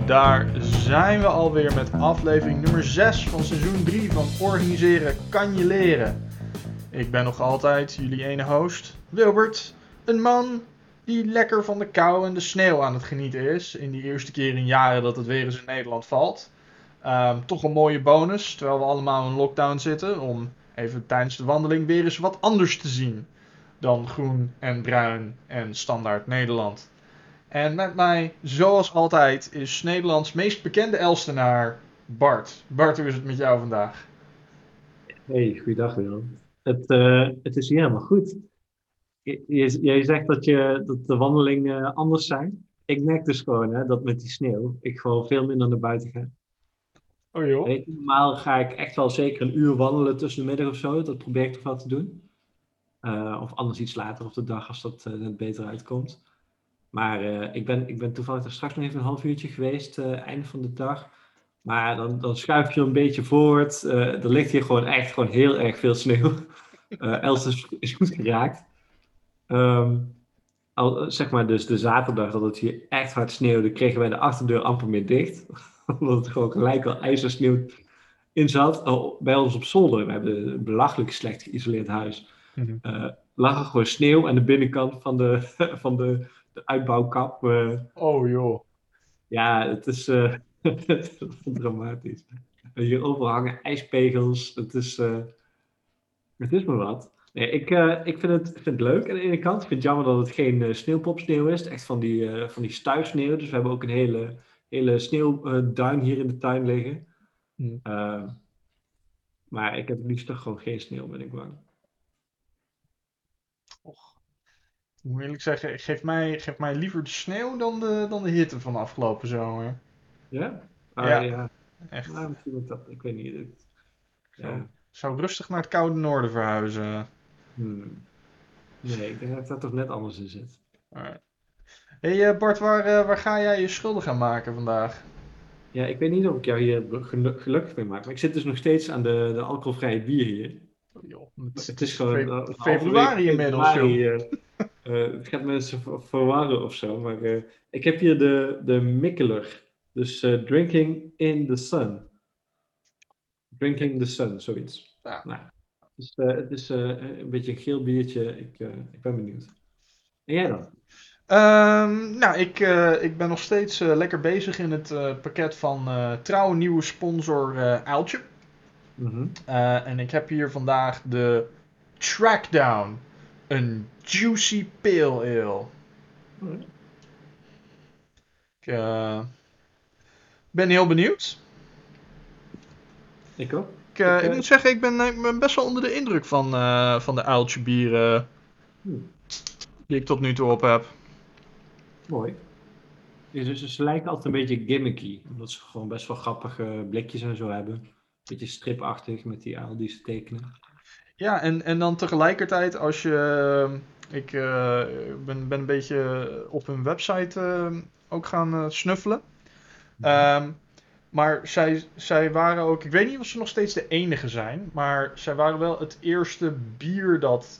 Daar zijn we alweer met aflevering nummer 6 van seizoen 3 van Organiseren kan je leren. Ik ben nog altijd jullie ene host, Wilbert. Een man die lekker van de kou en de sneeuw aan het genieten is. In die eerste keer in jaren dat het weer eens in Nederland valt. Toch een mooie bonus, terwijl we allemaal in lockdown zitten. Om even tijdens de wandeling weer eens wat anders te zien dan groen en bruin en standaard Nederland. En met mij, zoals altijd, is Nederlands meest bekende Elstenaar, Bart. Bart, hoe is het met jou vandaag? Hey, goeiedag Willem. Het is hier helemaal goed. Jij zegt dat de wandelingen anders zijn. Ik merk dus gewoon dat met die sneeuw ik gewoon veel minder naar buiten ga. Oh joh. Normaal ga ik echt wel zeker een uur wandelen tussen de middag of zo. Dat probeer ik toch wel te doen. Of anders iets later op de dag als dat net beter uitkomt. Maar ik ben toevallig daar straks nog even een half uurtje geweest, einde van de dag. Maar dan schuif je een beetje voort. Er ligt hier gewoon echt gewoon heel erg veel sneeuw. Els is goed geraakt. Ehm, zeg maar dus de zaterdag dat het hier echt hard sneeuwde, kregen wij de achterdeur amper meer dicht. Omdat het gewoon gelijk al ijzersneeuw in zat. Bij ons op zolder, we hebben een belachelijk slecht geïsoleerd huis. Mhm. Lag er gewoon sneeuw aan de binnenkant van de uitbouwkap. Oh joh. Ja, het is, het is dramatisch. Hier overal hangen ijspegels. Het is maar wat. Nee, ik vind het leuk aan de ene kant. Ik vind het jammer dat het geen sneeuwpopsneeuw is. Echt van die stuifsneeuw. Dus we hebben ook een hele sneeuwduin hier in de tuin liggen. Hm. Uh, maar ik heb het liefst toch gewoon geen sneeuw, ben ik bang. Och, ik moet eerlijk zeggen, geef mij liever de sneeuw dan de hitte van de afgelopen zomer. Ja? Ja, Ja. echt. Nou, misschien ook dat. Ik weet niet. Zo, Ja. zou rustig naar het koude noorden verhuizen. Hmm. Nee, ik denk dat dat toch net anders in zit. Alright. Hey Bart, waar ga jij je schuldig aan maken vandaag? Ja, ik weet niet of ik jou hier gelukkig mee maak. Maar ik zit dus nog steeds aan de alcoholvrije bier hier. Oh, joh, Het het is is gewoon halverwege februari inmiddels, joh. februari. Het gaat mensen verwarren of zo. Maar ik heb hier de Mikkeler. Dus Drinking in the Sun. Drinking in the Sun, zoiets. Ja. Nou, het is een beetje een geel biertje. Ik ben benieuwd. En jij dan? Nou, ik ben nog steeds lekker bezig in het pakket van trouwe nieuwe sponsor Aaltje. Mhm. En ik heb hier vandaag de Trackdown. Een Juicy Pale Ale. Alright. Ik ben heel benieuwd. Ik ook. Ik moet zeggen, ik ben best wel onder de indruk van de Aaltje bieren Hmm, die ik tot nu toe op heb. mooi. Ja, dus ze lijken altijd een beetje gimmicky. Omdat ze gewoon best wel grappige blikjes en zo hebben. Beetje stripachtig met die aal die ze tekenen. Ja, en dan tegelijkertijd als je... ik ben een beetje op hun website ook gaan snuffelen. Mhm. Ehm, maar zij waren ook... Ik weet niet of ze nog steeds de enige zijn. Maar zij waren wel het eerste bier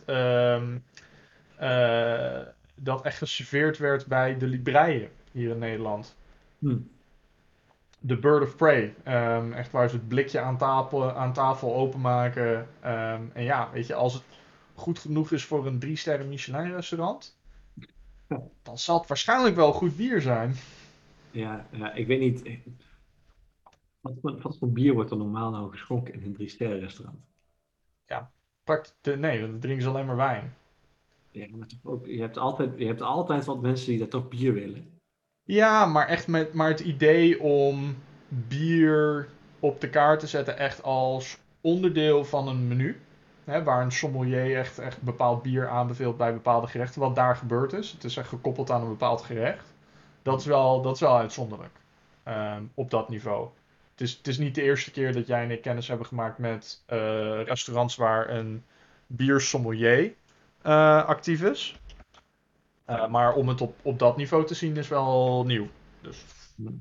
eh, dat echt geserveerd werd bij de Libreien hier in Nederland. Hmm. De Bird of Prey. Echt waar ze het blikje aan tafel openmaken. En ja, weet je, als het goed genoeg is voor een 3 sterren Michelin restaurant, dan zal het waarschijnlijk wel goed bier zijn. Ja, ik weet niet. Wat voor bier wordt er normaal nou geschonken in een drie-sterren restaurant? Ja, nee, dan drinken ze alleen maar wijn. Ja, maar toch ook, je hebt altijd wat mensen die daar toch bier willen. Ja, maar echt maar het idee om bier op de kaart te zetten echt als onderdeel van een menu. Hè, waar een sommelier echt bepaald bier aanbeveelt bij bepaalde gerechten. Wat daar gebeurd is. Het is echt gekoppeld aan een bepaald gerecht. Dat is wel uitzonderlijk. Op dat niveau. Het is niet de eerste keer dat jij en ik kennis hebben gemaakt met restaurants waar een biersommelier actief is. Maar om het op dat niveau te zien is wel nieuw. Dus, Hmm.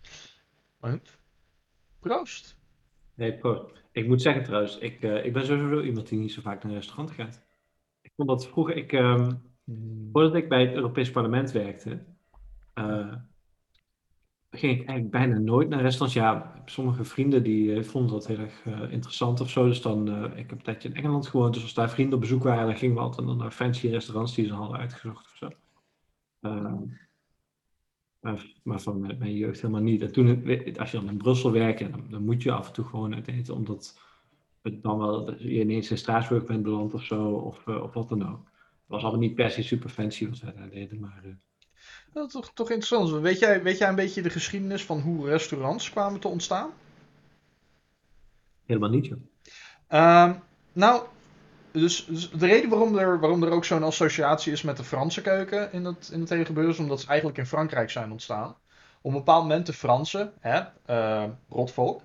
proost. Nee, ik moet zeggen trouwens, ik ben sowieso iemand die niet zo vaak naar een restaurant gaat. Ik vond dat vroeger, Hmm. voordat ik bij het Europees Parlement werkte, eh, ging ik eigenlijk bijna nooit naar restaurants. Ja, sommige vrienden die vonden dat heel erg interessant of zo. Dus dan, ik heb een tijdje in Engeland gewoond, dus als daar vrienden op bezoek waren, dan gingen we altijd naar fancy restaurants die ze hadden uitgezocht of zo. Ehm, maar van mijn jeugd helemaal niet. En toen, als je dan in Brussel werkt, ja, dan moet je af en toe gewoon uit eten, omdat het dan wel, dat je ineens in Straatsburg bent beland of zo, of wat dan ook. Het was allemaal niet per se super fancy wat wij daar deden, maar Dat is toch interessant. Weet jij een beetje de geschiedenis van hoe restaurants kwamen te ontstaan? helemaal niet, joh. Ehm, nou, dus de reden waarom er ook zo'n associatie is met de Franse keuken in het hele gebeuren is omdat ze eigenlijk in Frankrijk zijn ontstaan. Op een bepaald moment de Fransen, rotvolk,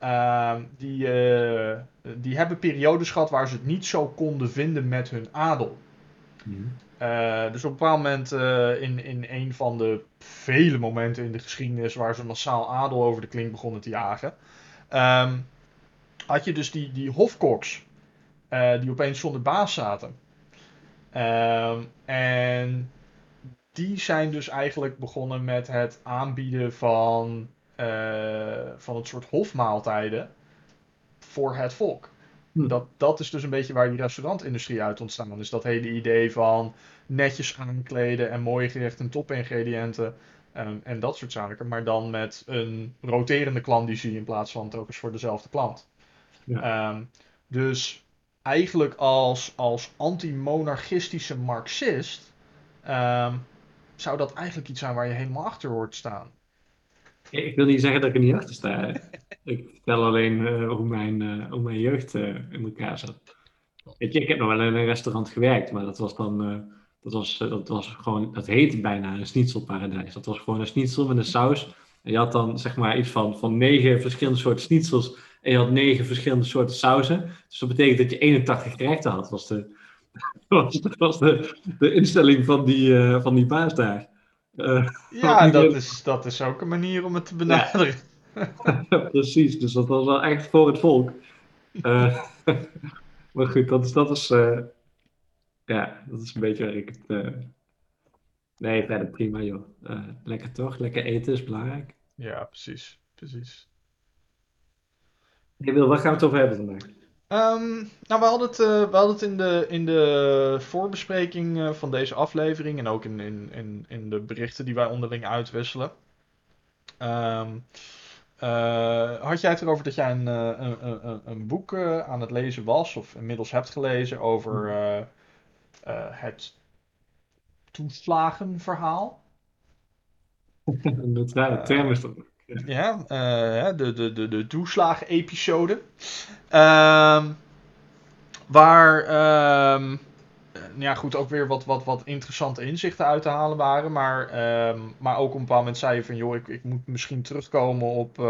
die hebben periodes gehad waar ze het niet zo konden vinden met hun adel. Mhm. Dus op een bepaald moment in een van de vele momenten in de geschiedenis waar ze massaal adel over de klink begonnen te jagen, ehm, had je dus die hofkoks die opeens zonder baas zaten. En die zijn dus eigenlijk begonnen met het aanbieden van het soort hofmaaltijden voor het volk. Hm. Dat is dus een beetje waar die restaurantindustrie uit ontstaan is. Dat hele idee van netjes aankleden en mooie gerechten en topingrediënten en dat soort zaken. Maar dan met een roterende klandizie in plaats van telkens voor dezelfde klant. Ja. Ehm, dus eigenlijk als anti-monarchistische marxist ehm, zou dat eigenlijk iets zijn waar je helemaal achter hoort staan. Ik wil niet zeggen dat ik er niet achter sta. Hè. Ik vertel alleen hoe mijn jeugd in elkaar zat. Weet je, ik heb nog wel in een restaurant gewerkt, maar dat was dan, dat was gewoon, dat heette bijna een schnitzelparadijs. Dat was gewoon een schnitzel met een saus. En je had dan zeg maar iets van 9 verschillende soorten schnitzels en je had 9 verschillende soorten sauzen. Dus dat betekent dat je 81 gerechten had, was de instelling van die baas daar. Want Ja, iedereen, dat is ook een manier om het te ja, benaderen. precies. Dus dat was wel echt voor het volk. Eh, maar goed, dat is een beetje waar ik het. Nee, verder prima, joh. Lekker toch? Lekker eten is belangrijk. Ja, precies. Precies. Hey Wil, waar gaan we het over hebben vandaag? Nou, we hadden het in de voorbespreking van deze aflevering en ook in de berichten die wij onderling uitwisselen. Ehm, had jij het erover dat jij een boek aan het lezen was, of inmiddels hebt gelezen, over het toeslagenverhaal? Een neutrale term Eh, is dat. Ja. ja, de toeslagen-episode. Ehm, waar, ja goed, ook weer wat interessante inzichten uit te halen waren. Maar ook op een bepaald moment zei je van, joh, ik moet misschien terugkomen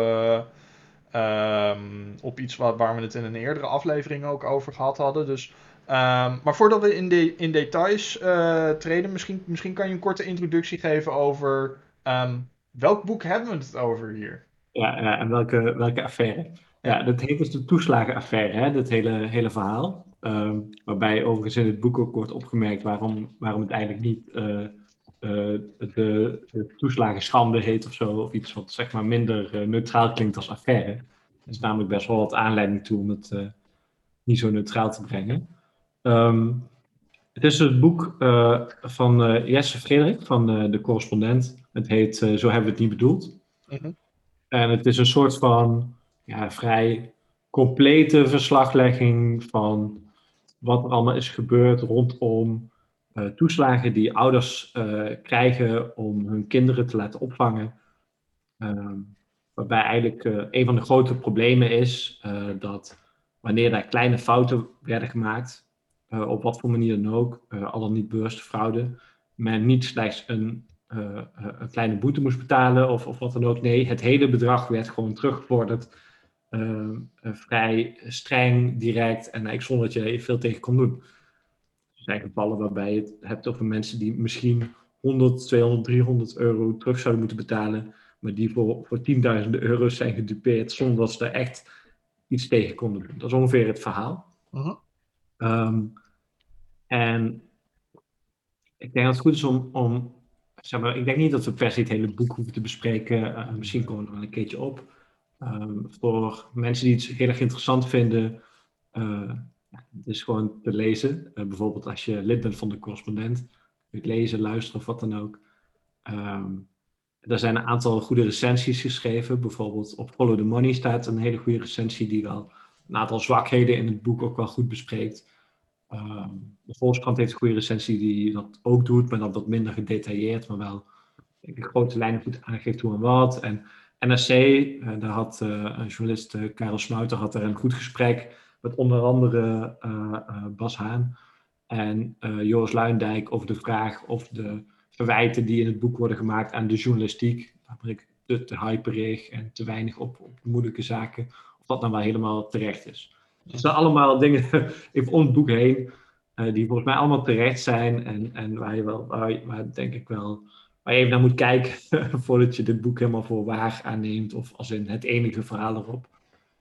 op iets waar we het in een eerdere aflevering ook over gehad hadden. Dus, maar voordat we in details treden, misschien kan je een korte introductie geven over welk boek hebben we het over hier? Ja, en welke affaire? Ja. Ja, dat heet dus de toeslagenaffaire, hè, dat hele verhaal. Waarbij overigens in het boek ook wordt opgemerkt waarom het eigenlijk niet de toeslagenschande heet of zo. Of iets wat zeg maar minder neutraal klinkt als affaire. Er is namelijk best wel wat aanleiding toe om het niet zo neutraal te brengen. Ehm, Het is het boek van Jesse Frederik, van de correspondent. Het heet Zo hebben we het niet bedoeld. Mhm. En het is een soort van vrij complete verslaglegging van wat er allemaal is gebeurd rondom toeslagen die ouders krijgen om hun kinderen te laten opvangen. Ehm, Waarbij eigenlijk een van de grote problemen is dat wanneer daar kleine fouten werden gemaakt, op wat voor manier dan ook, al dan niet bewuste fraude, men niet slechts een kleine boete moest betalen of wat dan ook. Nee, het hele bedrag werd gewoon teruggevorderd. Vrij streng, direct en eigenlijk zonder dat je er veel tegen kon doen. Er zijn gevallen waarbij je het hebt over mensen die misschien 100, 200, 300 euro terug zouden moeten betalen, maar die voor tienduizenden euro's zijn gedupeerd zonder dat ze daar echt iets tegen konden doen. Dat is ongeveer het verhaal. Mhm. En ik denk dat het goed is om zeg maar, ik denk niet dat we per se het hele boek hoeven te bespreken. Misschien komen we er wel een keertje op. Voor mensen die het heel erg interessant vinden, ja, het is gewoon te lezen. Bijvoorbeeld als je lid bent van de correspondent, kun je het lezen, luisteren of wat dan ook. Er zijn een aantal goede recensies geschreven. Bijvoorbeeld op Follow the Money staat een hele goede recensie die wel een aantal zwakheden in het boek ook wel goed bespreekt. De Volkskrant heeft een goede recensie die dat ook doet, maar dan wat minder gedetailleerd, maar wel denk ik, grote lijnen goed aangeeft hoe en wat. En NRC, daar had een journalist, Karel Smouter, had er een goed gesprek met onder andere Bas Haan en Joris Luijendijk over de vraag of de verwijten die in het boek worden gemaakt aan de journalistiek, namelijk te hyperig en te weinig op moeilijke zaken, of dat nou wel helemaal terecht is. Dus het zijn allemaal dingen even om het boek heen, die volgens mij allemaal terecht zijn en waar je wel, waar denk ik wel, waar je even naar moet kijken voordat je dit boek helemaal voor waar aanneemt of als in het enige verhaal erop.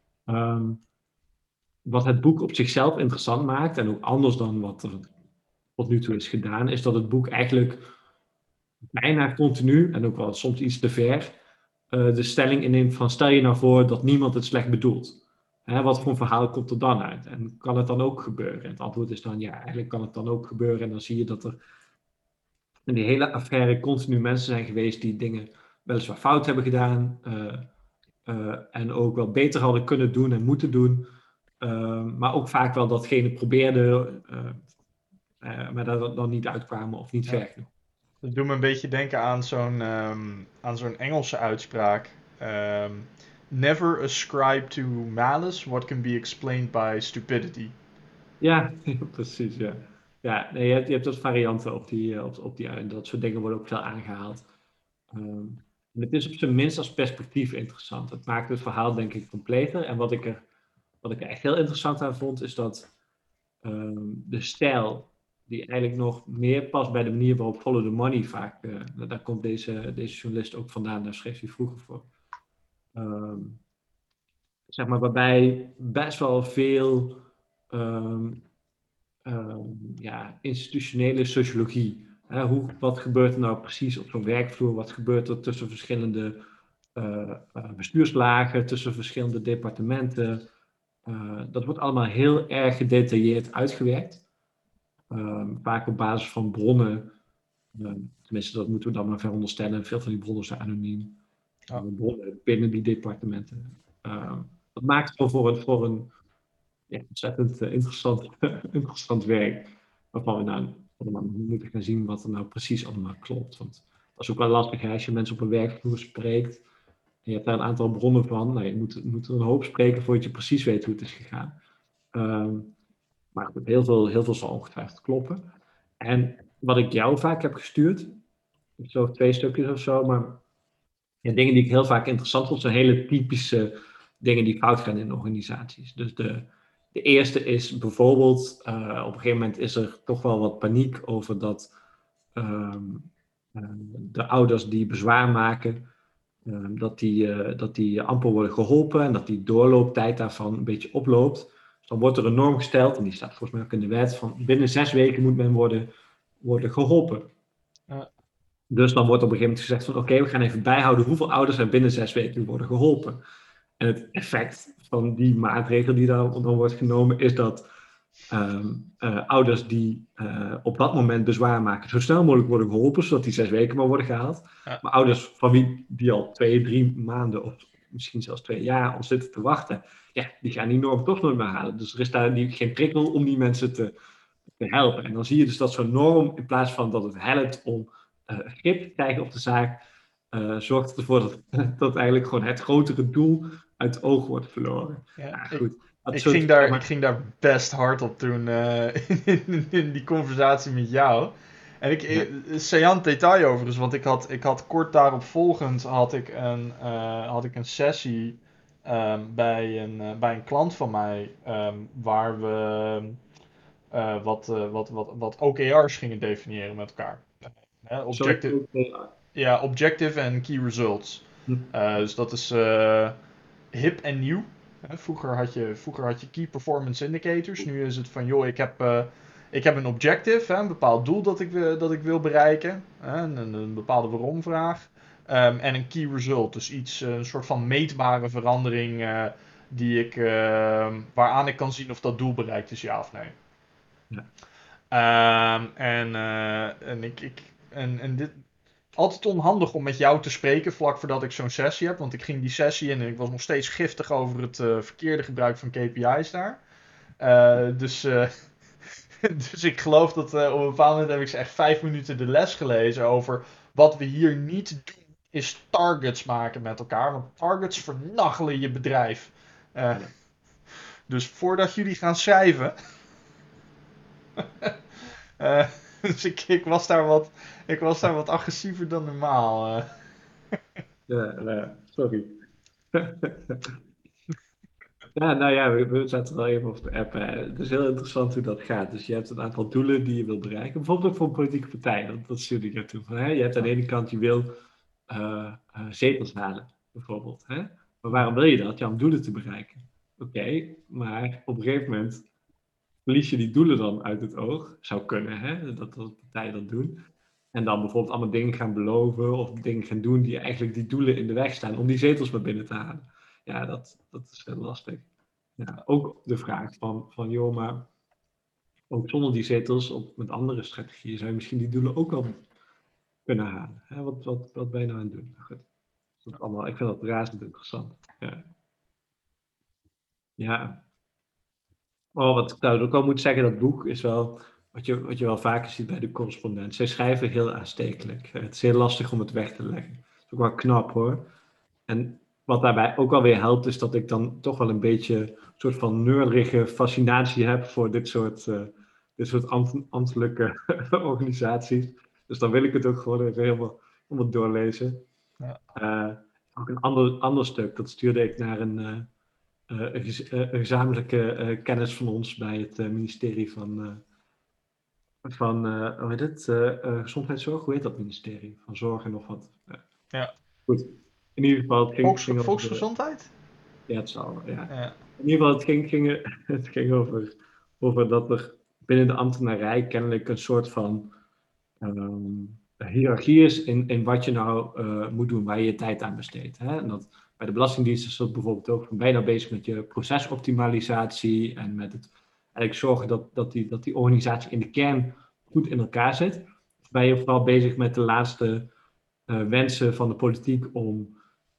Wat het boek op zichzelf interessant maakt en ook anders dan wat er tot nu toe is gedaan, is dat het boek eigenlijk bijna continu, en ook wel soms iets te ver, de stelling inneemt van stel je nou voor dat niemand het slecht bedoelt. Wat voor een verhaal komt er dan uit? En kan het dan ook gebeuren? En het antwoord is dan ja, eigenlijk kan het dan ook gebeuren. En dan zie je dat er in die hele affaire continu mensen zijn geweest die dingen weliswaar fout hebben gedaan. En ook wel beter hadden kunnen doen en moeten doen. Maar ook vaak wel datgene probeerden, maar daar dan niet uitkwamen of niet ver genoeg. Dat doet me een beetje denken aan zo'n Engelse uitspraak. Never ascribe to malice what can be explained by stupidity. Ja, precies, ja. Ja, nee, je hebt dat varianten op dat soort dingen worden ook veel aangehaald. En het is op zijn minst als perspectief interessant. Het maakt het verhaal denk ik completer. En wat ik er echt heel interessant aan vond, is dat de stijl, die eigenlijk nog meer past bij de manier waarop Follow the Money vaak, daar komt deze journalist ook vandaan, daar schreef hij vroeger voor. Zeg maar, waarbij best wel veel ja, institutionele sociologie. Wat gebeurt er nou precies op zo'n werkvloer? Wat gebeurt er tussen verschillende bestuurslagen, tussen verschillende departementen? Dat wordt allemaal heel erg gedetailleerd uitgewerkt. Vaak op basis van bronnen. Tenminste, dat moeten we dan maar veronderstellen. Veel van die bronnen zijn anoniem. Bronnen binnen die departementen. Dat maakt het voor een ja, ontzettend interessant werk. Waarvan we nou allemaal moeten gaan zien wat er nou precies allemaal klopt. Want dat is ook wel lastig als je mensen op een werkvloer spreekt. En je hebt daar een aantal bronnen van. Nou, je moet er een hoop spreken voordat je precies weet hoe het is gegaan. Maar goed, heel veel zal ongetwijfeld kloppen. En wat ik jou vaak heb gestuurd, zo 2 stukjes of zo, maar ja, dingen die ik heel vaak interessant vond, zijn hele typische dingen die fout gaan in organisaties. Dus de eerste is bijvoorbeeld, op een gegeven moment is er toch wel wat paniek over dat de ouders die bezwaar maken, dat die amper worden geholpen en dat die doorlooptijd daarvan een beetje oploopt. Dus dan wordt er een norm gesteld, en die staat volgens mij ook in de wet, van binnen 6 weken moet men worden geholpen. Dus dan wordt op een gegeven moment gezegd van oké, we gaan even bijhouden hoeveel ouders er binnen 6 weken worden geholpen. En het effect van die maatregel die dan wordt genomen is dat ouders die op dat moment bezwaar maken zo snel mogelijk worden geholpen, zodat die 6 weken maar worden gehaald. Ja. Maar ouders van wie die al 2, 3 maanden of misschien zelfs 2 jaar al zitten te wachten, ja, die gaan die norm toch nooit meer halen. Dus er is daar geen prikkel om die mensen te helpen. En dan zie je dus dat zo'n norm, in plaats van dat het helpt om grip te krijgen op de zaak, zorgt ervoor dat eigenlijk gewoon het grotere doel uit het oog wordt verloren. Ja, goed. Ik ging daar best hard op toen in die conversatie met jou. En saillant detail overigens, want ik had kort daarop volgend had ik een sessie bij een klant van mij waar we wat OKR's gingen definiëren met elkaar. Objective en key results. Dus dat is hip en nieuw. Vroeger had je key performance indicators. Nu is het van joh, ik heb ik heb een objective, een bepaald doel dat ik wil bereiken. Een bepaalde waarom-vraag. En een key result, dus een soort van meetbare verandering waaraan ik kan zien of dat doel bereikt is, ja of nee. Ja. En dit altijd onhandig om met jou te spreken vlak voordat ik zo'n sessie heb, want ik ging die sessie in en ik was nog steeds giftig over het verkeerde gebruik van KPI's daar. Dus ik geloof dat op een bepaald moment heb ik ze echt 5 minuten de les gelezen over wat we hier niet doen is targets maken met elkaar, want targets vernachelen je bedrijf. Dus voordat jullie gaan schrijven. Dus ik was daar wat agressiever dan normaal. Ja, sorry. Ja, nou ja, we zaten wel even op de app. Het is heel interessant hoe dat gaat. Dus je hebt een aantal doelen die je wilt bereiken. Bijvoorbeeld ook voor een politieke partij. Dat stuurde ik naartoe. Je hebt aan de ene kant, je wil zetels halen, bijvoorbeeld. Hè? Maar waarom wil je dat? Ja, om doelen te bereiken. Oké, maar op een gegeven moment verlies je die doelen dan uit het oog. Zou kunnen, hè? Dat partijen dat doen. En dan bijvoorbeeld allemaal dingen gaan beloven of dingen gaan doen die eigenlijk die doelen in de weg staan om die zetels maar binnen te halen. Ja, dat is heel lastig. Ja, ook de vraag van joh, maar ook zonder die zetels met andere strategieën zou je misschien die doelen ook wel kunnen halen. Hè? Wat ben je nou aan het doen? Goed. Ik vind dat razend interessant. Ja. Ja. Oh, wat ik nou ook al moet zeggen, dat boek is wel wat je wel vaker ziet bij de correspondent. Zij schrijven heel aanstekelijk. Het is heel lastig om het weg te leggen. Dat is ook wel knap hoor. En wat daarbij ook alweer helpt, is dat ik dan toch wel een beetje een soort van nerdige fascinatie heb voor dit soort ambtelijke organisaties. Dus dan wil ik het ook gewoon even helemaal doorlezen. Ja. Ook een ander stuk, dat stuurde ik naar een gezamenlijke kennis van ons bij het ministerie van hoe heet het? Gezondheidszorg, hoe heet dat ministerie? Van Zorg en nog wat. Ja. Goed, in ieder geval, het ging over... Volksgezondheid? Ja, het zal, ja. Ja. In ieder geval, het ging over dat er binnen de ambtenarij kennelijk een soort van hiërarchie is in wat je nou moet doen, waar je je tijd aan besteedt. Hè? En dat, bij de Belastingdienst is dat bijvoorbeeld ook van, ben je nou bezig met je procesoptimalisatie en met het eigenlijk zorgen dat die organisatie in de kern goed in elkaar zit. Of ben je vooral bezig met de laatste wensen van de politiek om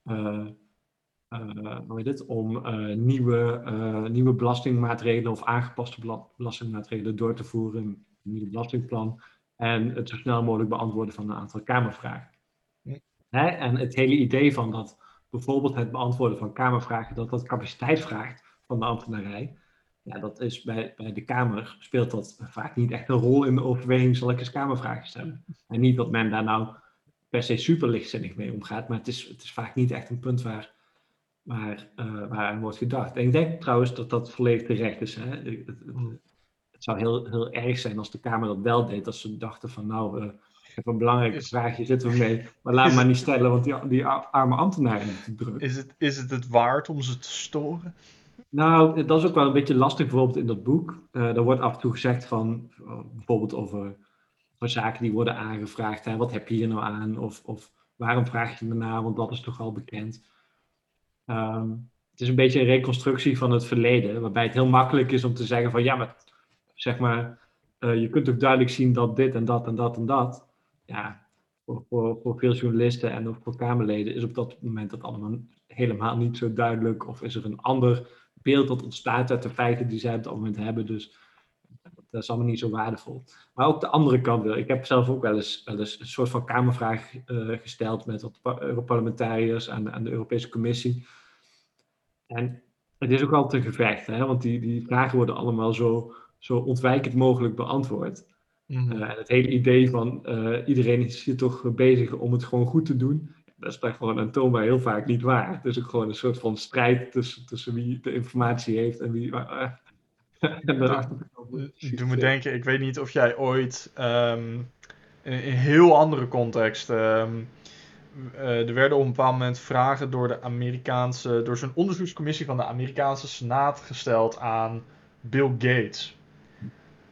nieuwe belastingmaatregelen of aangepaste belastingmaatregelen door te voeren, een nieuw belastingplan en het zo snel mogelijk beantwoorden van een aantal Kamervragen. En het hele idee van dat bijvoorbeeld het beantwoorden van Kamervragen, dat capaciteit vraagt van de ambtenarij, ja, dat is bij de Kamer speelt dat vaak niet echt een rol in de overweging, zal ik eens Kamervragen stellen. En niet dat men daar nou per se super lichtzinnig mee omgaat, maar het is vaak niet echt een punt waar aan wordt gedacht. En ik denk trouwens dat dat volledig terecht is. Hè? Het zou heel erg zijn als de Kamer dat wel deed, als ze dachten van nou, ik heb een belangrijke vraag, hier zitten we mee, maar laat me maar niet stellen, want die arme ambtenaren zijn te druk. Is het waard om ze te storen? Nou, dat is ook wel een beetje lastig bijvoorbeeld in dat boek. Er wordt af en toe gezegd van, bijvoorbeeld over zaken die worden aangevraagd, hè? Wat heb je hier nou aan? Of waarom vraag je me na, want dat is toch al bekend. Het is een beetje een reconstructie van het verleden, waarbij het heel makkelijk is om te zeggen van ja, maar zeg maar, je kunt ook duidelijk zien dat dit en dat en dat en dat. Ja, voor veel journalisten en ook voor Kamerleden is op dat moment dat allemaal helemaal niet zo duidelijk. Of is er een ander beeld dat ontstaat uit de feiten die zij op dat moment hebben. Dus dat is allemaal niet zo waardevol. Maar ook de andere kant wil. Ik heb zelf ook wel eens een soort van Kamervraag gesteld met wat Europarlementariërs aan de Europese Commissie. En het is ook altijd een gevecht, hè? Want die vragen worden allemaal zo ontwijkend mogelijk beantwoord. En het hele idee van iedereen is hier toch bezig om het gewoon goed te doen, dat is toch gewoon aantoonbaar heel vaak niet waar. Het is ook gewoon een soort van strijd tussen wie de informatie heeft en wie... Doe me denken, ik weet niet of jij ooit in een heel andere context... er werden op een bepaald moment vragen door zo'n onderzoekscommissie van de Amerikaanse Senaat gesteld aan Bill Gates.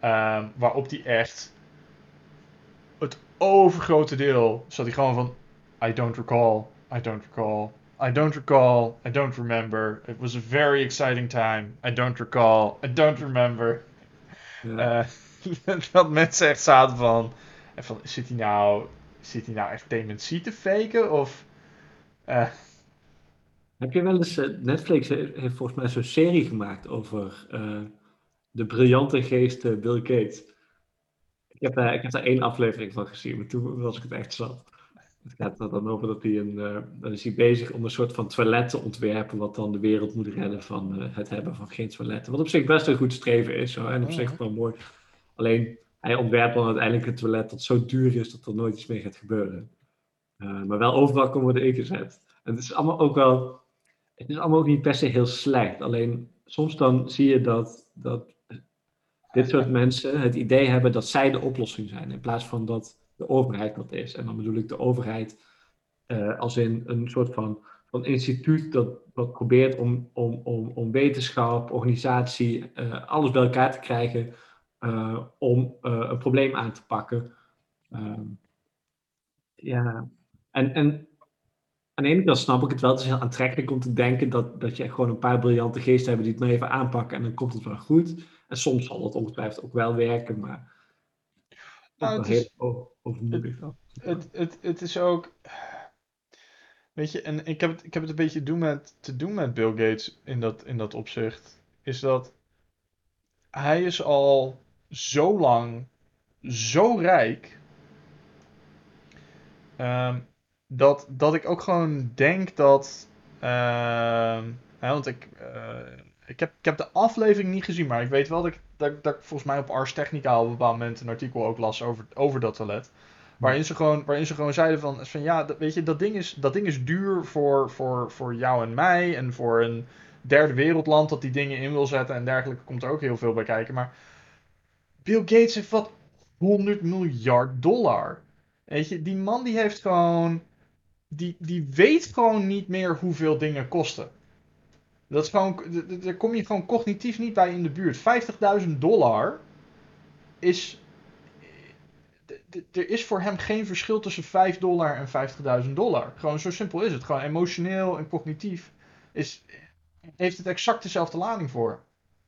Waarop hij echt het overgrote deel zat hij gewoon van I don't recall, I don't recall, I don't recall, I don't remember. It was a very exciting time. I don't recall, I don't remember. Ja. Eh, dat mensen echt zaten van zit hij nou echt dementie te faken? Of eh, Heb je wel eens, Netflix heeft volgens mij zo'n serie gemaakt over de briljante geest Bill Gates. Ik heb daar 1 aflevering van gezien, maar toen was ik het echt zat. Het gaat er dan over dat hij dan is hij bezig om een soort van toilet te ontwerpen, wat dan de wereld moet redden van het hebben van geen toiletten. Wat op zich best een goed streven is, hoor, en op zich wel mooi. Alleen, hij ontwerpt dan uiteindelijk een toilet dat zo duur is dat er nooit iets mee gaat gebeuren. Maar wel overal kan worden ingezet. En het is allemaal ook niet per se heel slecht. Alleen, soms dan zie je dat dit soort mensen het idee hebben dat zij de oplossing zijn, in plaats van dat de overheid dat is. En dan bedoel ik de overheid als in een soort van instituut dat probeert om wetenschap, organisatie, alles bij elkaar te krijgen om een probleem aan te pakken. Ehm, ja, en aan de ene kant snap ik het wel. Het is heel aantrekkelijk om te denken dat je gewoon een paar briljante geesten hebt die het maar even aanpakken en dan komt het wel goed. En soms zal dat ongetwijfeld ook wel werken, maar ook nou, wel heel overmoedig dan. het is ook. Weet je, en ik heb het een beetje te doen met Bill Gates in dat opzicht. Is dat hij is al zo lang zo rijk. ehm, dat ik ook gewoon denk dat. Want ik heb de aflevering niet gezien, maar ik weet wel dat ik volgens mij op Ars Technica op een bepaald moment een artikel ook las over dat toilet. Waarin ze gewoon zeiden van ja, weet je, dat ding is duur voor jou en mij. En voor een derde wereldland dat die dingen in wil zetten en dergelijke komt er ook heel veel bij kijken. Maar Bill Gates heeft wat 100 miljard dollar. Weet je, die man die heeft gewoon. Die weet gewoon niet meer hoeveel dingen kosten. Dat is gewoon, daar kom je gewoon cognitief niet bij in de buurt. $50.000 is. Er is voor hem geen verschil tussen $5 en $50.000. Gewoon zo simpel is het. Gewoon emotioneel en cognitief heeft het exact dezelfde lading voor.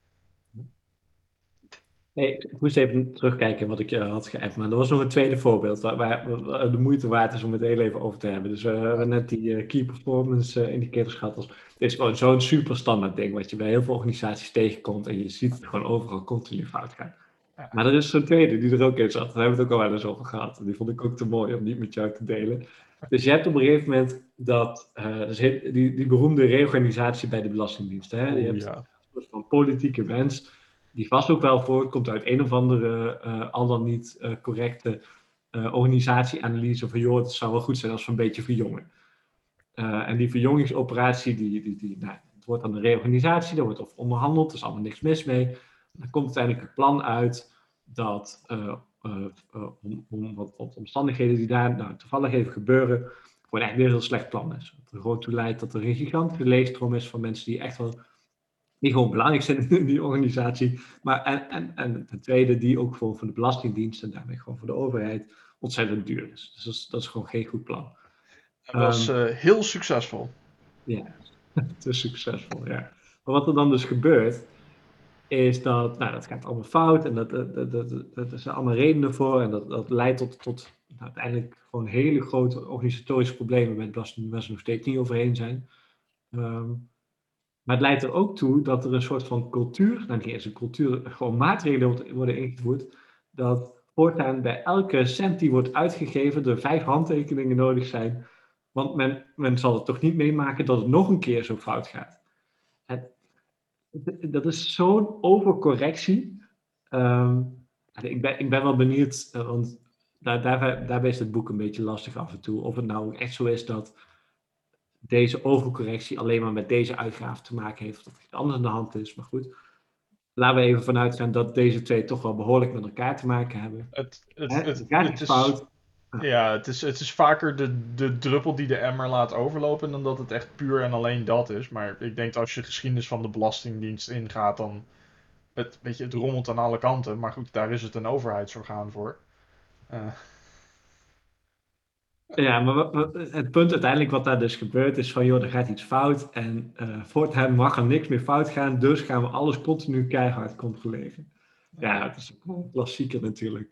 Nee, ik moest even terugkijken wat ik had geappt, maar er was nog een tweede voorbeeld waar de moeite waard is om het heel even over te hebben. Dus we hebben net die key performance indicators gehad. Het is gewoon zo'n super standaard ding wat je bij heel veel organisaties tegenkomt en je ziet het gewoon overal continu fout gaan. Ja. Maar er is zo'n tweede die er ook in zat. Daar hebben we het ook al wel eens over gehad. Die vond ik ook te mooi om niet met jou te delen. Dus je hebt op een gegeven moment die beroemde reorganisatie bij de Belastingdienst. Hè? Je hebt een soort van politieke wens die vast ook wel voortkomt uit een of andere al dan niet correcte organisatieanalyse van joh, het zou wel goed zijn als we een beetje verjongen. En die verjongingsoperatie, nou, het wordt dan een reorganisatie, daar wordt over onderhandeld, er is allemaal niks mis mee. Dan komt uiteindelijk een plan uit dat om wat omstandigheden die daar nou, toevallig even gebeuren, gewoon echt weer een heel slecht plan is. Dat er gewoon toe leidt dat er een gigantische leegstroom is van mensen die echt wel die gewoon belangrijk zijn in die organisatie. Maar en ten tweede, die ook voor de Belastingdienst en daarmee gewoon voor de overheid ontzettend duur is. Dus dat is gewoon geen goed plan. Het was heel succesvol. Ja, te succesvol, ja. Maar wat er dan dus gebeurt, is dat, nou, dat gaat allemaal fout en er zijn allemaal redenen voor. En dat leidt tot nou, uiteindelijk gewoon hele grote organisatorische problemen met Belasting waar ze nog steeds niet overheen zijn. Maar het leidt er ook toe dat er een soort van cultuur, nou niet eens een cultuur, gewoon maatregelen worden ingevoerd, dat voortaan bij elke cent die wordt uitgegeven er 5 handtekeningen nodig zijn, want men zal het toch niet meemaken dat het nog een keer zo fout gaat. Dat is zo'n overcorrectie. Ik ben wel benieuwd, want daarbij is het boek een beetje lastig af en toe, of het nou echt zo is dat deze overcorrectie alleen maar met deze uitgave te maken heeft, of dat iets anders aan de hand is. Maar goed, laten we even vanuit gaan dat deze twee toch wel behoorlijk met elkaar te maken hebben. Het gaat fout. Ja, het is vaker de druppel die de emmer laat overlopen dan dat het echt puur en alleen dat is. Maar ik denk dat als je de geschiedenis van de Belastingdienst ingaat, dan het rommelt aan alle kanten. Maar goed, daar is het een overheidsorgaan voor. Ja, maar het punt uiteindelijk wat daar dus gebeurt is van, joh, er gaat iets fout en voortaan mag er niks meer fout gaan, dus gaan we alles continu keihard controleren. Ja, het is een klassieker natuurlijk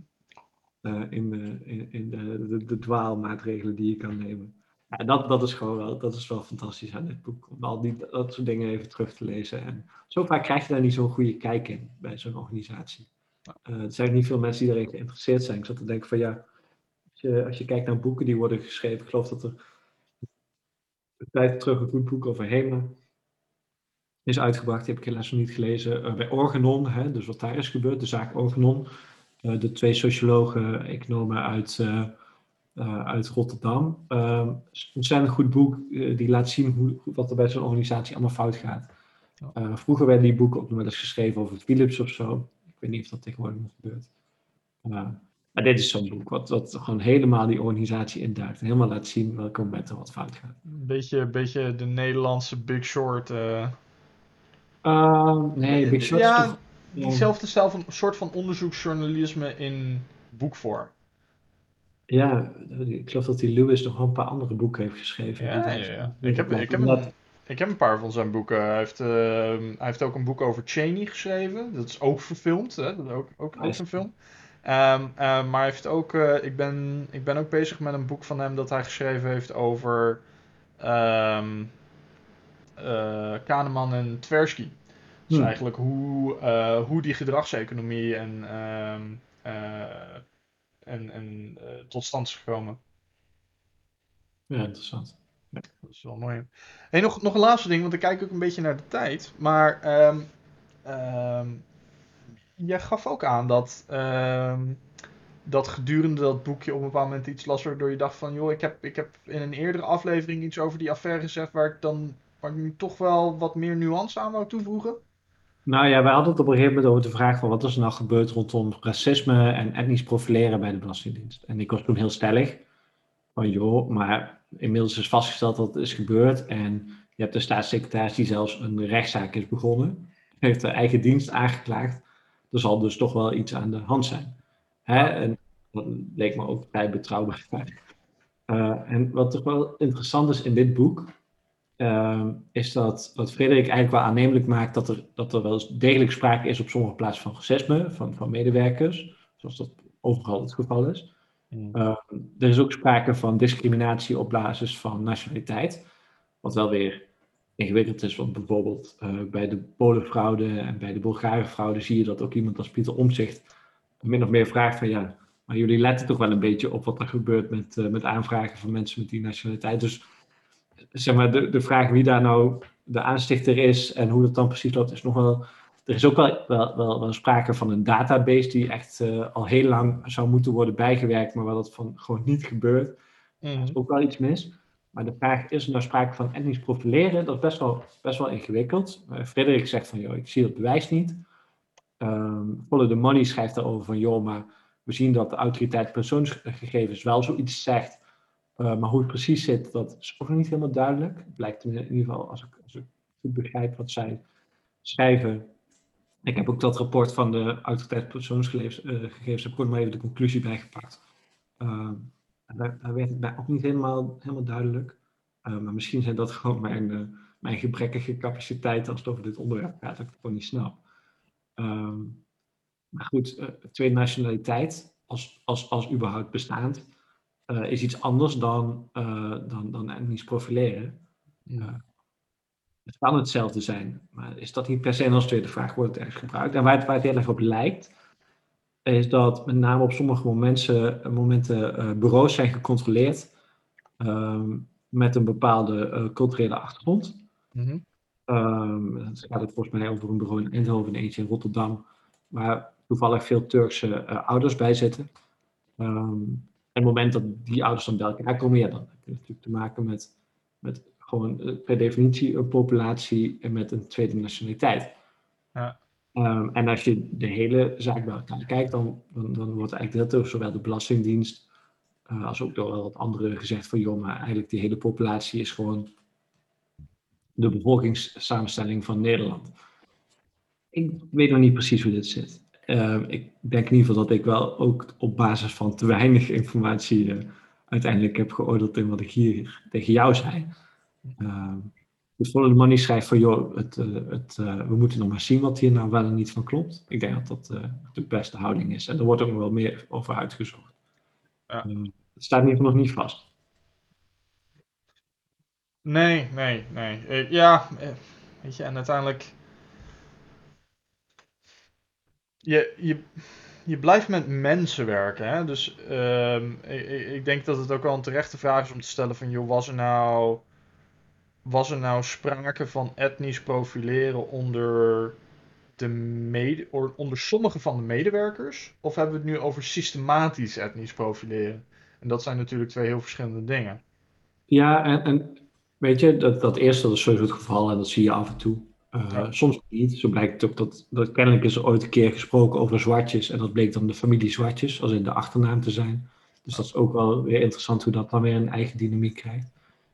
in de dwaalmaatregelen die je kan nemen. Ja, dat is gewoon dat is wel fantastisch aan dit boek, om dat soort dingen even terug te lezen. En zo vaak krijg je daar niet zo'n goede kijk in bij zo'n organisatie. Er zijn niet veel mensen die erin geïnteresseerd zijn. Ik zat te denken van ja, als je kijkt naar boeken die worden geschreven, ik geloof dat er een tijd terug een goed boek over HEMA is uitgebracht. Die heb ik helaas nog niet gelezen. Bij Organon, dus wat daar is gebeurd, de zaak Organon. De 2 sociologen, economen uit Rotterdam. Een ontzettend goed boek die laat zien wat er bij zo'n organisatie allemaal fout gaat. Vroeger werden die boeken ook nog wel eens geschreven over Philips of zo. Ik weet niet of dat tegenwoordig nog gebeurt. Maar dit is zo'n boek wat gewoon helemaal die organisatie induikt. En helemaal laat zien welke momenten wat fout gaat. Een beetje de Nederlandse Big Short. Nee, Big Short is Ja, toch... diezelfde stijl van soort van onderzoeksjournalisme in boekvorm. Ja, ik geloof dat die Lewis nog wel een paar andere boeken heeft geschreven. Ja. Ik heb een paar van zijn boeken. Hij heeft ook een boek over Cheney geschreven. Dat is ook verfilmd. Hè? Dat is ook een film. Maar hij heeft ook... ik ben ook bezig met een boek van hem dat hij geschreven heeft over... Kahneman en Tversky. Dus eigenlijk hoe die gedragseconomie tot stand is gekomen. Ja, interessant. Ja, dat is wel mooi. Hey, nog een laatste ding, want ik kijk ook een beetje naar de tijd. Maar jij gaf ook aan dat gedurende dat boekje op een bepaald moment iets las waardoor je dacht van... joh, ik heb in een eerdere aflevering iets over die affaire gezegd waar ik nu toch wel wat meer nuance aan wou toevoegen. Nou ja, wij hadden het op een gegeven moment over de vraag van wat is er nou gebeurd rondom racisme en etnisch profileren bij de Belastingdienst. En ik was toen heel stellig van joh, maar inmiddels is vastgesteld dat het is gebeurd en je hebt de staatssecretaris die zelfs een rechtszaak is begonnen, heeft de eigen dienst aangeklaagd. Er zal dus toch wel iets aan de hand zijn. En dat leek me ook vrij betrouwbaar. En wat toch wel interessant is in dit boek, is dat Frederik eigenlijk wel aannemelijk maakt dat er wel degelijk sprake is op sommige plaatsen van racisme, van medewerkers, zoals dat overal het geval is. Er is ook sprake van discriminatie op basis van nationaliteit, wat wel weer ingewikkeld is, want bijvoorbeeld bij de Polenfraude en bij de Bulgarenfraude zie je dat ook iemand als Pieter Omtzigt min of meer vraagt van ja, maar jullie letten toch wel een beetje op wat er gebeurt met aanvragen van mensen met die nationaliteit. Dus zeg maar, de vraag wie daar nou de aanstichter is en hoe dat dan precies loopt, is nog wel... Er is ook wel sprake van een database die echt al heel lang zou moeten worden bijgewerkt, maar waar dat gewoon niet gebeurt. Er is ook wel iets mis. Maar de vraag, is er nou sprake van etnisch profileren? Dat is best wel ingewikkeld. Frederik zegt van, joh, ik zie dat bewijs niet. Follow the Money schrijft daarover van, joh, maar we zien dat de autoriteit persoonsgegevens wel zoiets zegt. Maar hoe het precies zit, dat is ook nog niet helemaal duidelijk. Het blijkt in ieder geval, als ik goed begrijp wat zij schrijven. Ik heb ook dat rapport van de autoriteit persoonsgegevens, heb ik ook maar even de conclusie bijgepakt. Daar werd het mij ook niet helemaal duidelijk. Maar misschien zijn dat gewoon mijn gebrekkige capaciteiten als het over dit onderwerp gaat, dat ik het gewoon niet snap. Maar goed, tweede nationaliteit, als überhaupt bestaand, is iets anders dan etnisch profileren. Het kan hetzelfde zijn, maar is dat niet per se, en als tweede vraag wordt het ergens gebruikt. En waar het heel erg op lijkt, is dat met name op sommige momenten bureaus zijn gecontroleerd met een bepaalde culturele achtergrond. Het gaat het volgens mij over een bureau in Eindhoven en eentje in Rotterdam, waar toevallig veel Turkse ouders bij zitten. En het moment dat die ouders dan bij elkaar komen, ja, dan heb je natuurlijk te maken met gewoon per definitie een populatie met een tweede nationaliteit. Ja. En als je de hele zaak bij elkaar kijkt, dan wordt eigenlijk door zowel de Belastingdienst als ook door wat anderen gezegd van joh, maar eigenlijk die hele populatie is gewoon de bevolkingssamenstelling van Nederland. Ik weet nog niet precies hoe dit zit. Ik denk in ieder geval dat ik wel ook op basis van te weinig informatie uiteindelijk heb geoordeeld in wat ik hier tegen jou zei. De Follow the Money schrijft van, joh, we moeten nog maar zien wat hier nou wel en niet van klopt. Ik denk dat dat de beste houding is. En er wordt ook nog wel meer over uitgezocht. Ja. Het staat in ieder geval nog niet vast. Nee. Ja, weet je, en uiteindelijk... Je blijft met mensen werken, hè? Dus ik denk dat het ook wel een terechte vraag is om te stellen van... joh, was er nou sprake van etnisch profileren onder onder sommige van de medewerkers? Of hebben we het nu over systematisch etnisch profileren? En dat zijn natuurlijk twee heel verschillende dingen. Ja, en weet je, dat eerste dat is sowieso het geval en dat zie je af en toe. Ja. Soms niet. Zo blijkt het ook dat kennelijk is er ooit een keer gesproken over zwartjes en dat bleek dan de familie zwartjes, als in de achternaam te zijn. Dus dat is ook wel weer interessant hoe dat dan weer een eigen dynamiek krijgt.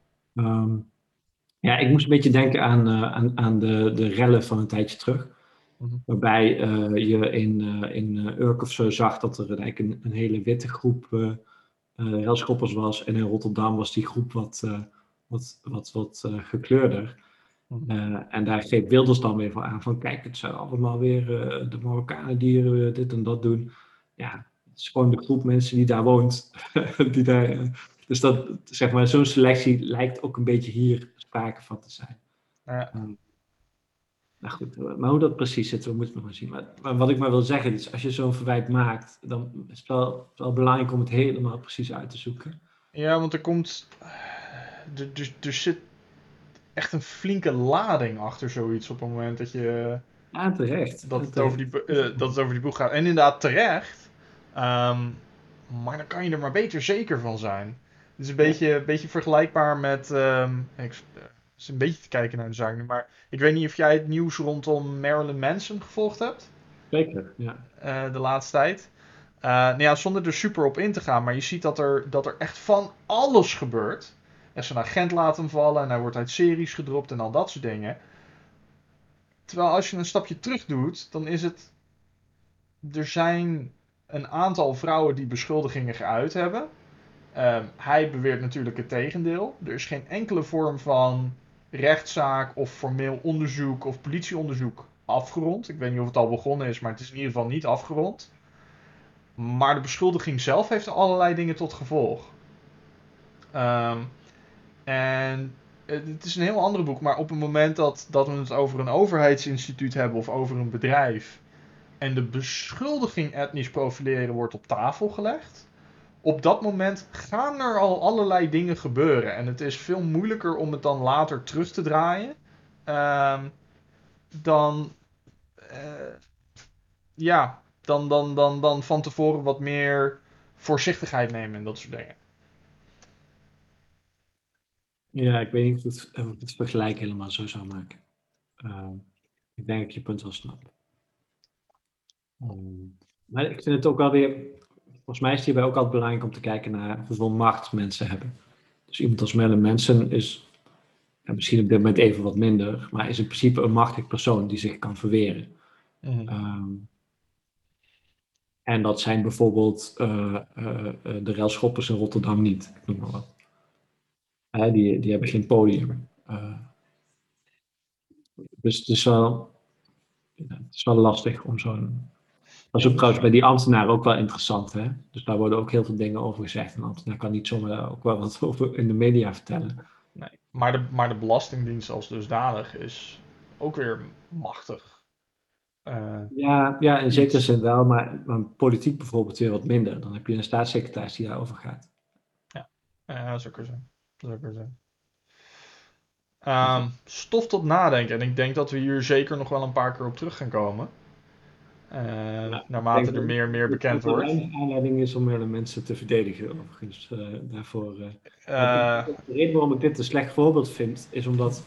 Ja, ik moest een beetje denken aan de rellen van een tijdje terug. Mhm. Waarbij je in Urk of zo zag dat er eigenlijk een hele witte groep relschoppers was. En in Rotterdam was die groep wat gekleurder. En daar greep Wilders dan weer voor aan van kijk, het zijn allemaal weer de Marokkanen die dit en dat doen. Ja, het is gewoon de groep mensen die daar woont. die daar, dus dat, zeg maar, zo'n selectie lijkt ook een beetje hier sprake van te zijn. Ja. Nou goed, maar hoe dat precies zit, we moeten nog maar zien. Maar wat ik maar wil zeggen is, als je zo'n verwijt maakt, dan is het wel belangrijk om het helemaal precies uit te zoeken. Ja, want er komt. Er zit echt een flinke lading achter zoiets op het moment dat je. Ja, terecht. Dat het over die boeg gaat. En inderdaad terecht. Maar dan kan je er maar beter zeker van zijn. Het is een beetje vergelijkbaar met. Het is een beetje te kijken naar de zaak nu. Maar ik weet niet of jij het nieuws rondom Marilyn Manson gevolgd hebt. Zeker, ja. De laatste tijd. Nou ja, zonder er super op in te gaan. Maar je ziet dat er echt van alles gebeurt. Er is een agent laten vallen. En hij wordt uit series gedropt. En al dat soort dingen. Terwijl als je een stapje terug doet. Dan is het. Er zijn een aantal vrouwen die beschuldigingen geuit hebben. Hij beweert natuurlijk het tegendeel. Er is geen enkele vorm van rechtszaak of formeel onderzoek of politieonderzoek afgerond. Ik weet niet of het al begonnen is, maar het is in ieder geval niet afgerond. Maar de beschuldiging zelf heeft allerlei dingen tot gevolg. En het is een heel ander boek, maar op het moment dat we het over een overheidsinstituut hebben of over een bedrijf. En de beschuldiging etnisch profileren wordt op tafel gelegd. Op dat moment gaan er al allerlei dingen gebeuren. En het is veel moeilijker om het dan later terug te draaien. Dan. Ja, dan van tevoren wat meer voorzichtigheid nemen en dat soort dingen. Ja, ik weet niet of ik het vergelijk helemaal zo zou maken. Ik denk dat ik je punt wel snap. Maar ik vind het ook wel weer. Volgens mij is het hierbij ook altijd belangrijk om te kijken naar hoeveel macht mensen hebben. Dus iemand als Marilyn Manson is misschien op dit moment even wat minder, maar is in principe een machtig persoon die zich kan verweren. En dat zijn bijvoorbeeld de relschoppers in Rotterdam niet, ik noem maar wat. Die hebben geen podium. Dus het is wel lastig om zo'n. Dat is ook trouwens bij die ambtenaren ook wel interessant. Hè? Dus daar worden ook heel veel dingen over gezegd. Een ambtenaar kan niet zomaar ook wel wat over in de media vertellen. Nee. Maar de Belastingdienst als dusdanig is ook weer machtig. Ja, in zekere zin wel, maar politiek bijvoorbeeld weer wat minder. Dan heb je een staatssecretaris die daarover gaat. Ja, dat zou kunnen zijn. Stof tot nadenken. En ik denk dat we hier zeker nog wel een paar keer op terug gaan komen. Naarmate er meer en meer bekend wordt. Dat er weinig aanleiding is om mensen te verdedigen, overigens. Daarvoor. De reden waarom ik dit een slecht voorbeeld vind, is omdat.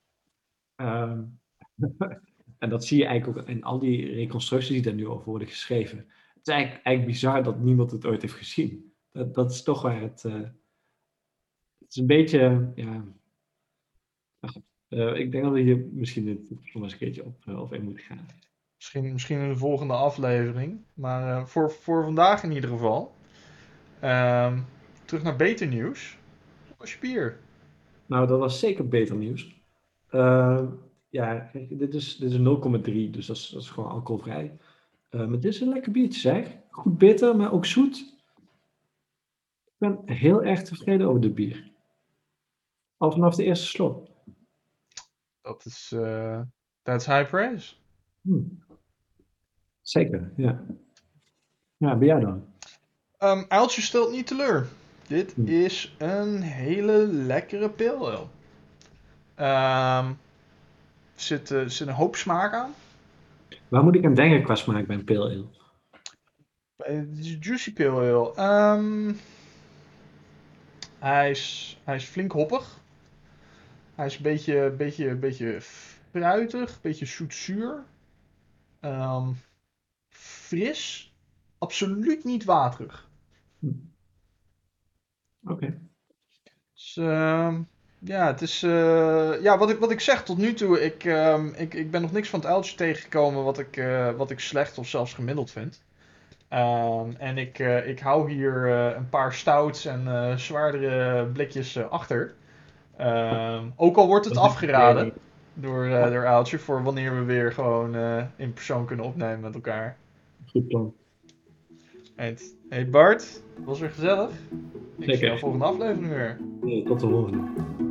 En dat zie je eigenlijk ook in al die reconstructies die daar nu over worden geschreven. Het is eigenlijk bizar dat niemand het ooit heeft gezien. Dat is toch waar het. Het is een beetje. Ja. Ik denk dat we hier misschien voor eens een keertje op in moeten gaan. Misschien in de volgende aflevering. Maar voor vandaag in ieder geval. Ehm, terug naar beter nieuws. Hoe was je bier? Nou, dat was zeker beter nieuws. Eh, ja, kijk, dit is 0,3, dus dat is gewoon alcoholvrij. Maar dit is een lekker biertje, zeg. Goed bitter, maar ook zoet. Ik ben heel erg tevreden over dit bier. Al vanaf de eerste slok. Dat is... that's high praise. Hm, zeker, ja. Ja, ben jij dan? Uiltje stelt niet teleur. Dit Hm. is een hele lekkere pale ale. Er zit een hoop smaak aan. Waar moet ik aan denken qua smaak bij een pale ale? Bij de Juicy Pale Ale. Hij is flink hoppig. Hij is een beetje fruitig, een beetje zoetzuur. Fris. Absoluut niet waterig. Hm, Oké. Dus, ja, het is. Ja, wat ik zeg tot nu toe. Ik ben nog niks van het uiltje tegengekomen wat ik slecht of zelfs gemiddeld vind. En ik hou hier een paar stouts en zwaardere blikjes achter. Ook al wordt het Dat is een afgeraden idee. door uiltje voor wanneer we weer gewoon in persoon kunnen opnemen met elkaar. Goed plan. Hey Bart, was weer gezellig. Ik zie jou Zeker. volgende aflevering weer. Nee, tot de volgende.